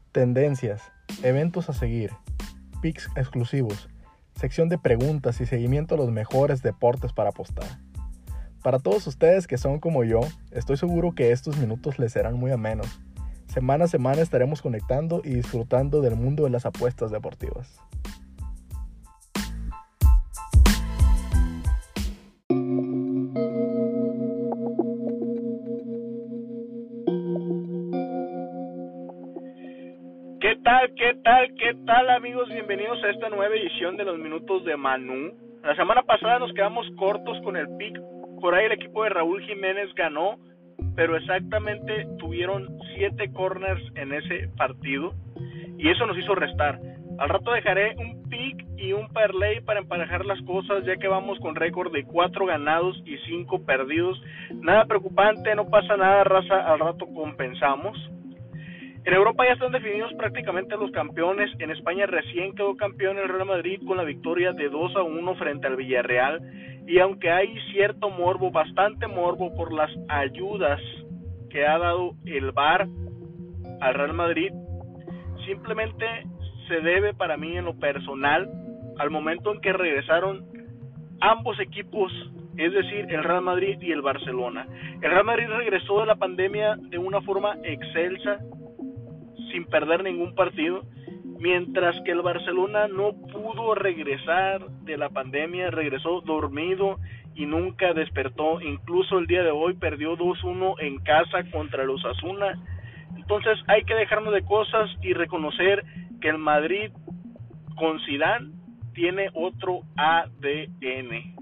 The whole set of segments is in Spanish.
Tendencias, eventos a seguir, picks exclusivos, sección de preguntas y seguimiento a los mejores deportes para apostar. Para todos ustedes que son como yo, estoy seguro que estos minutos les serán muy amenos. Semana a semana estaremos conectando y disfrutando del mundo de las apuestas deportivas. ¿Qué tal amigos? Bienvenidos a esta nueva edición de los Minutos de Manu. La semana pasada nos quedamos cortos con el pick, por ahí el equipo de Raúl Jiménez ganó, pero exactamente tuvieron 7 corners en ese partido y eso nos hizo restar. Al rato dejaré un pick y un parlay para emparejar las cosas, ya que vamos con récord de 4 ganados y 5 perdidos. Nada preocupante, no pasa nada, raza, al rato compensamos. En Europa ya están definidos prácticamente los campeones. En España recién quedó campeón el Real Madrid con la victoria de 2-1 frente al Villarreal. Y aunque hay cierto morbo, bastante morbo por las ayudas que ha dado el VAR al Real Madrid, simplemente se debe para mí en lo personal al momento en que regresaron ambos equipos, es decir, el Real Madrid y el Barcelona. El Real Madrid regresó de la pandemia de una forma excelsa, sin perder ningún partido, mientras que el Barcelona no pudo regresar de la pandemia, regresó dormido y nunca despertó. Incluso el día de hoy perdió 2-1 en casa contra el Osasuna. Entonces hay que dejarnos de cosas y reconocer que el Madrid con Zidane tiene otro ADN.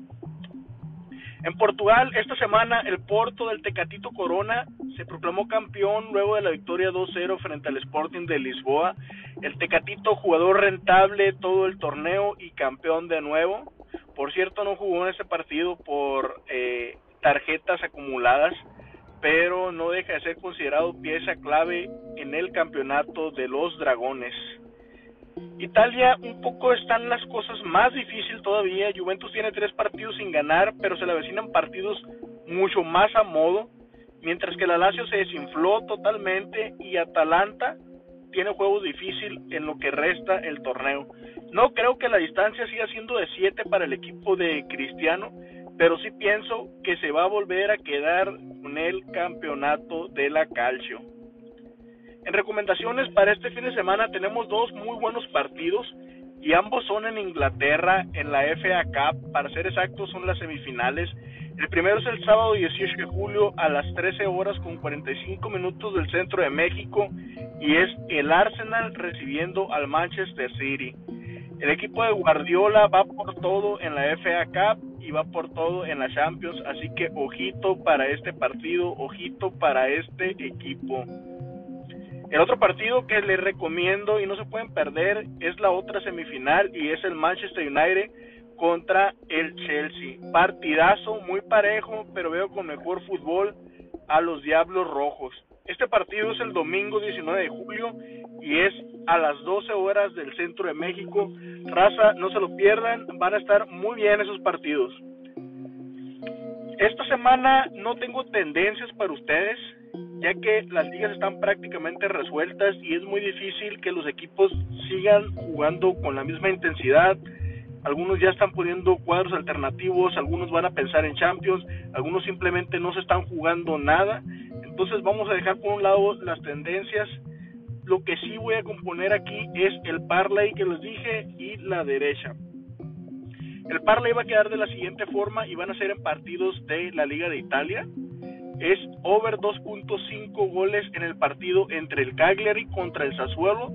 En Portugal, esta semana, el Porto del Tecatito Corona se proclamó campeón luego de la victoria 2-0 frente al Sporting de Lisboa. El Tecatito, jugador rentable todo el torneo y campeón de nuevo. Por cierto, no jugó en ese partido por tarjetas acumuladas, pero no deja de ser considerado pieza clave en el campeonato de los Dragones. Italia, un poco están las cosas más difíciles todavía. Juventus tiene 3 partidos sin ganar, pero se le avecinan partidos mucho más a modo, mientras que la Lazio se desinfló totalmente y Atalanta tiene juego difícil en lo que resta el torneo. No creo que la distancia siga siendo de 7 para el equipo de Cristiano, pero sí pienso que se va a volver a quedar con el campeonato de la Calcio. En recomendaciones para este fin de semana tenemos 2 muy buenos partidos y ambos son en Inglaterra, en la FA Cup, para ser exactos son las semifinales. El primero es el sábado 18 de julio a las 13 horas con 45 minutos del centro de México y es el Arsenal recibiendo al Manchester City. El equipo de Guardiola va por todo en la FA Cup y va por todo en la Champions, así que ojito para este partido, ojito para este equipo. El otro partido que les recomiendo y no se pueden perder es la otra semifinal y es el Manchester United contra el Chelsea. Partidazo muy parejo, pero veo con mejor fútbol a los Diablos Rojos. Este partido es el domingo 19 de julio y es a las 12 horas del centro de México. Raza, no se lo pierdan, van a estar muy bien esos partidos. Esta semana no tengo tendencias para ustedes, ya que las ligas están prácticamente resueltas y es muy difícil que los equipos sigan jugando con la misma intensidad. Algunos ya están poniendo cuadros alternativos, algunos van a pensar en Champions, algunos simplemente no se están jugando nada. Entonces vamos a dejar por un lado las tendencias. Lo que sí voy a componer aquí es el parlay que les dije y la derecha. El parlay va a quedar de la siguiente forma y van a ser en partidos de la Liga de Italia. Es over 2.5 goles en el partido entre el Cagliari contra el Sassuolo,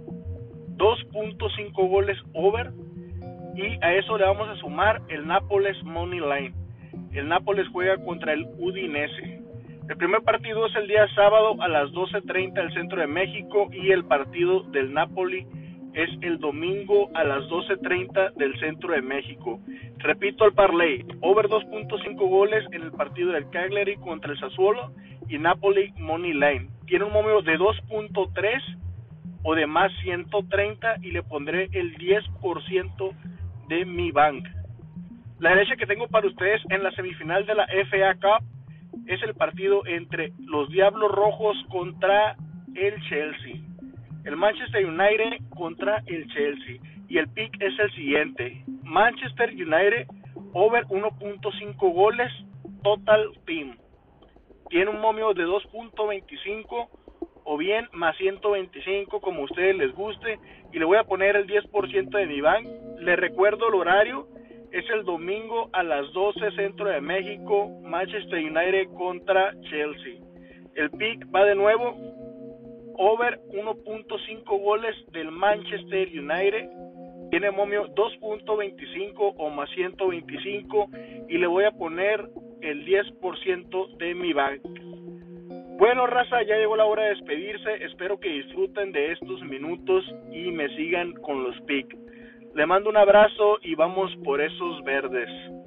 2.5 goles over, y a eso le vamos a sumar el Nápoles Money Line. El Nápoles juega contra el Udinese. El primer partido es el día sábado a las 12:30 del centro de México y el partido del Napoli es el domingo a las 12:30 del centro de México. Repito el parlay, over 2.5 goles en el partido del Cagliari contra el Sassuolo y Napoli Money Line. Tiene un número de 2.3 o de más 130 y le pondré el 10% de mi bank. La derecha que tengo para ustedes en la semifinal de la FA Cup es el partido entre los Diablos Rojos contra el Chelsea. el Manchester United contra el Chelsea. Y el pick es el siguiente: Manchester United over 1.5 goles total team. Tiene un momio de 2.25 o bien más 125, como a ustedes les guste, y le voy a poner el 10% de mi bank. Les recuerdo el horario, es el domingo a las 12 centro de México, Manchester United contra Chelsea. El pick va de nuevo, over 1.5 goles del Manchester United, tiene momio 2.25 o más 125, y le voy a poner el 10% de mi bank. Bueno, raza, ya llegó la hora de despedirse. Espero que disfruten de estos minutos y me sigan con los picks. Le mando un abrazo y vamos por esos verdes.